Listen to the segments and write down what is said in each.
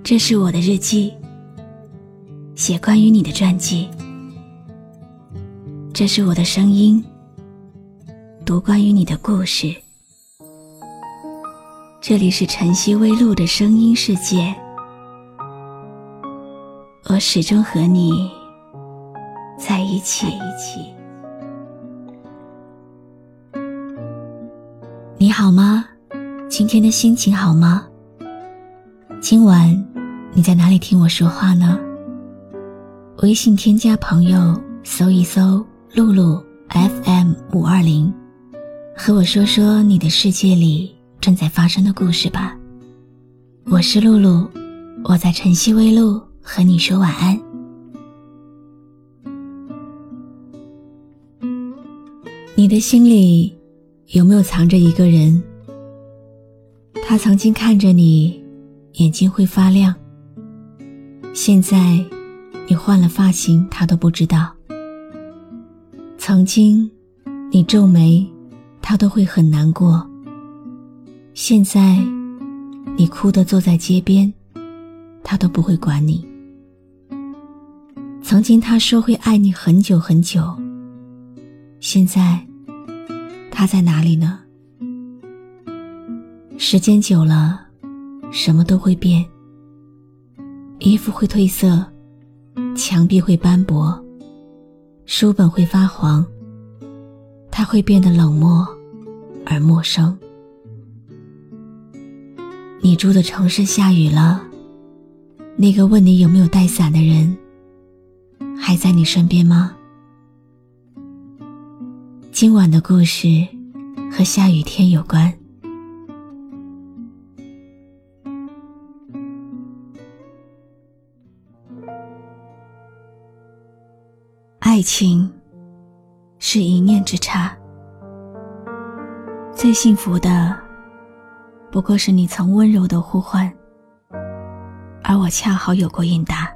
这是我的日记，写关于你的传记。这是我的声音，读关于你的故事。这里是晨曦微露的声音世界，我始终和你在一起。你好吗？今天的心情好吗？今晚你在哪里听我说话呢？微信添加朋友，搜一搜露露 FM520，和我说说你的世界里正在发生的故事吧。我是露露，我在晨曦微露和你说晚安。你的心里有没有藏着一个人？他曾经看着你眼睛会发亮，现在你换了发型他都不知道。曾经你皱眉他都会很难过，现在你哭得坐在街边他都不会管你。曾经他说会爱你很久很久，现在他在哪里呢？时间久了，什么都会变，衣服会褪色，墙壁会斑驳，书本会发黄，它会变得冷漠而陌生。你住的城市下雨了，那个问你有没有带伞的人还在你身边吗？今晚的故事和下雨天有关。爱情是一念之差，最幸福的不过是你曾温柔的呼唤，而我恰好有过应答。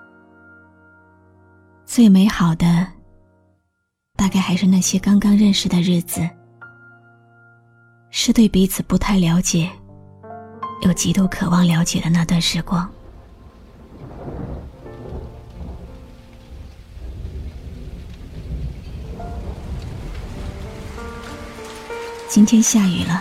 最美好的大概还是那些刚刚认识的日子，是对彼此不太了解又极度渴望了解的那段时光。今天下雨了，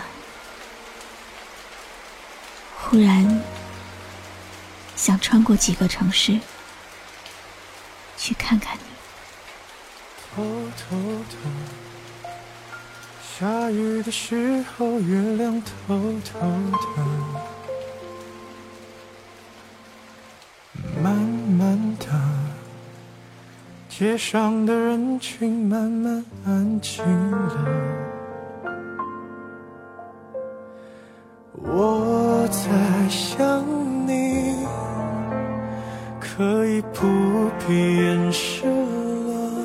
忽然想穿过几个城市去看看你。 偷偷的，下雨的时候，月亮偷偷的，慢慢的，街上的人群慢慢安静了。我在想你，可以不必掩饰了，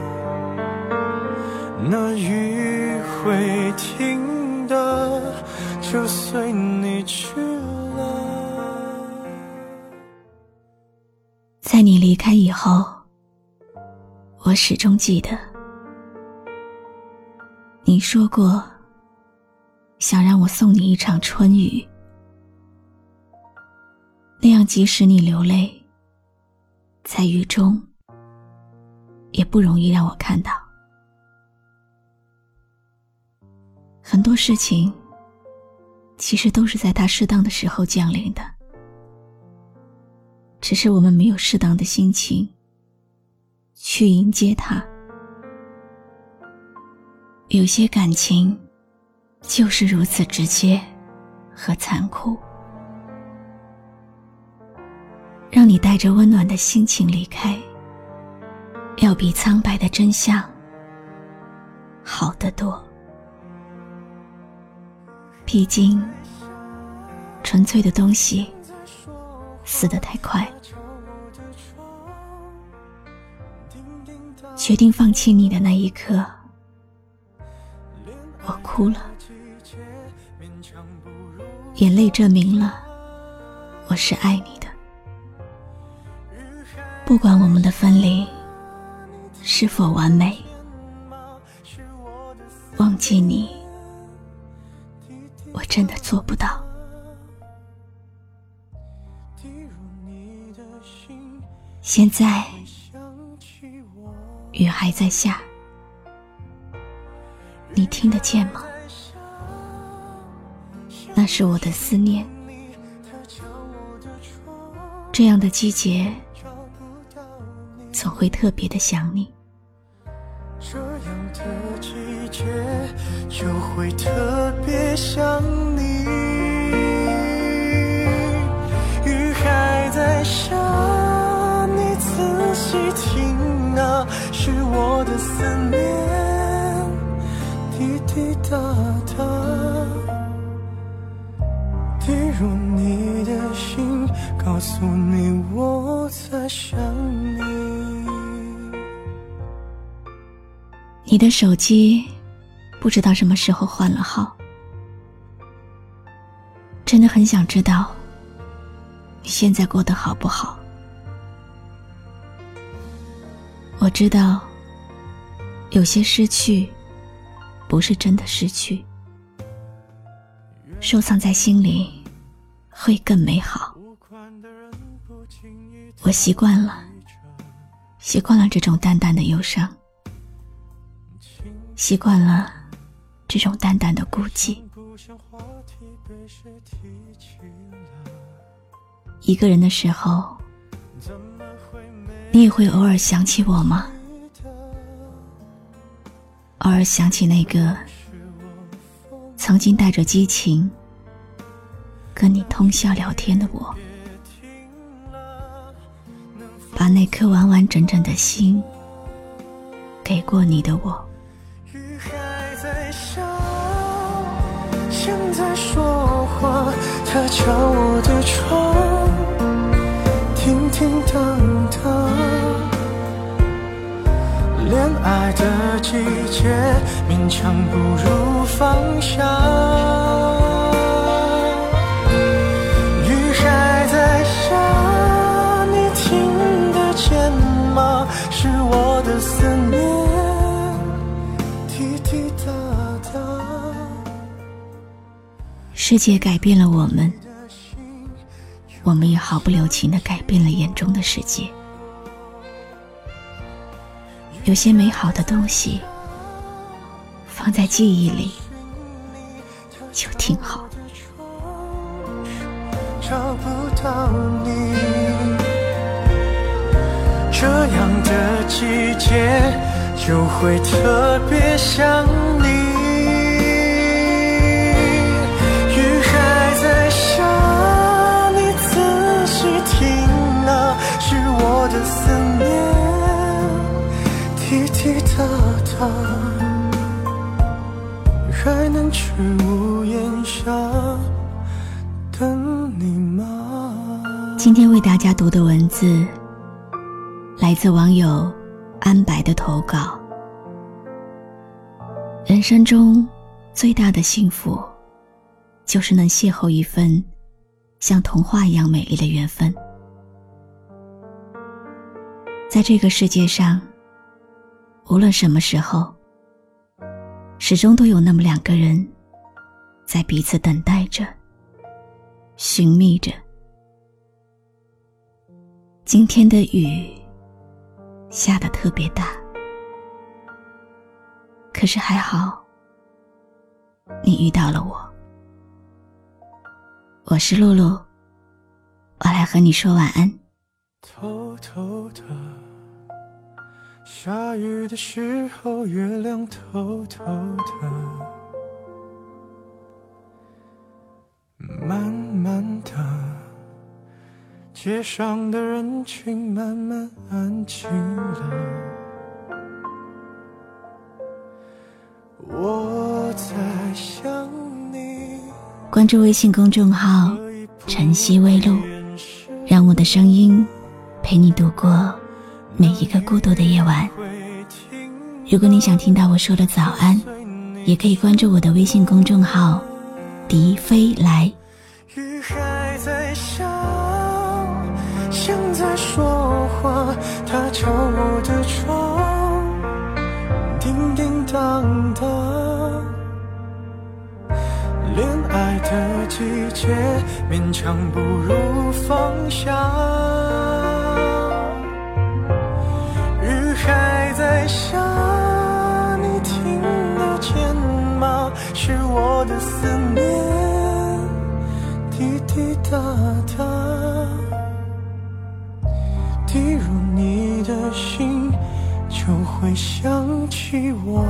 那雨会停的，就随你去了。 在你离开以后，我始终记得你说过想让我送你一场春雨，那样即使你流泪，在雨中也不容易让我看到。很多事情其实都是在它适当的时候降临的，只是我们没有适当的心情去迎接它。有些感情就是如此直接和残酷，让你带着温暖的心情离开，要比苍白的真相好得多。毕竟纯粹的东西死得太快，决定放弃你的那一刻，我哭了，眼泪证明了我是爱你的。不管我们的分离是否完美，忘记你，我真的做不到。 现在雨还在下，你听得见吗？那是我的思念。这样的季节总会特别的想你， 这样的季节就会特别想你。雨还在下，你仔细听啊，是我的思念滴滴答答，滴入你的心，告诉你我在想你。 你的手机不知道什么时候换了号，真的很想知道你现在过得好不好。我知道有些失去不是真的失去，收藏在心里会更美好。我习惯了这种淡淡的忧伤，习惯了这种淡淡的孤寂。一个人的时候，你也会偶尔想起我吗？偶尔想起那个曾经带着激情跟你通宵聊天的我，把那颗完完整整的心给过你的我。 雨还在下，像在说话，它敲我的窗，叮叮当当。恋爱的季节，勉强不如放下。雨还在下，你听得见吗？是我的思念滴滴答答。 世界改变了我们，我们也毫不留情地改变了眼中的世界。有些美好的东西放在记忆里就挺好。 找不到你，这样的季节就会特别想你。雨还在下，你仔细听啊，是我的思念滴滴答答，还能去屋檐下等你吗？ 今天为大家读的文字来自网友安白的投稿。人生中最大的幸福，就是能邂逅一份像童话一样美丽的缘分。在这个世界上，无论什么时候，始终都有那么两个人在彼此等待着，寻觅着。今天的雨下得特别大，可是还好你遇到了我。我是露露，我来和你说晚安。 偷偷的，下雨的时候，月亮偷偷的，慢慢的，街上的人群慢慢安静了。我在想你。 关注微信公众号晨曦微露，让我的声音陪你度过每一个孤独的夜晚。如果你想听到我说的早安，也可以关注我的微信公众号迪飞来。 雨还在下，像在说话，它敲我的窗，叮叮当当。恋爱的季节，勉强不如放下。 我的思念，滴滴答答，滴入你的心，就会想起我。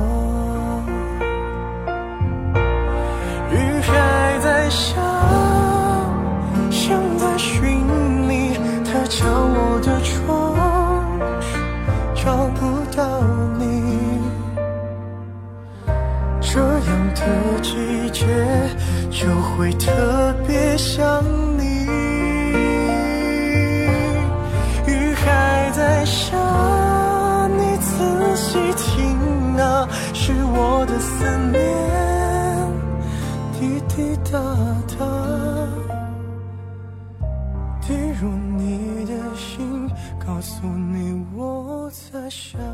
雨还在下，像在寻你，它敲我的窗，找不到你。这样的季节就会特别想你。雨还在下，你仔细听啊，是我的思念，滴滴答答，滴入你的心，告诉你我在想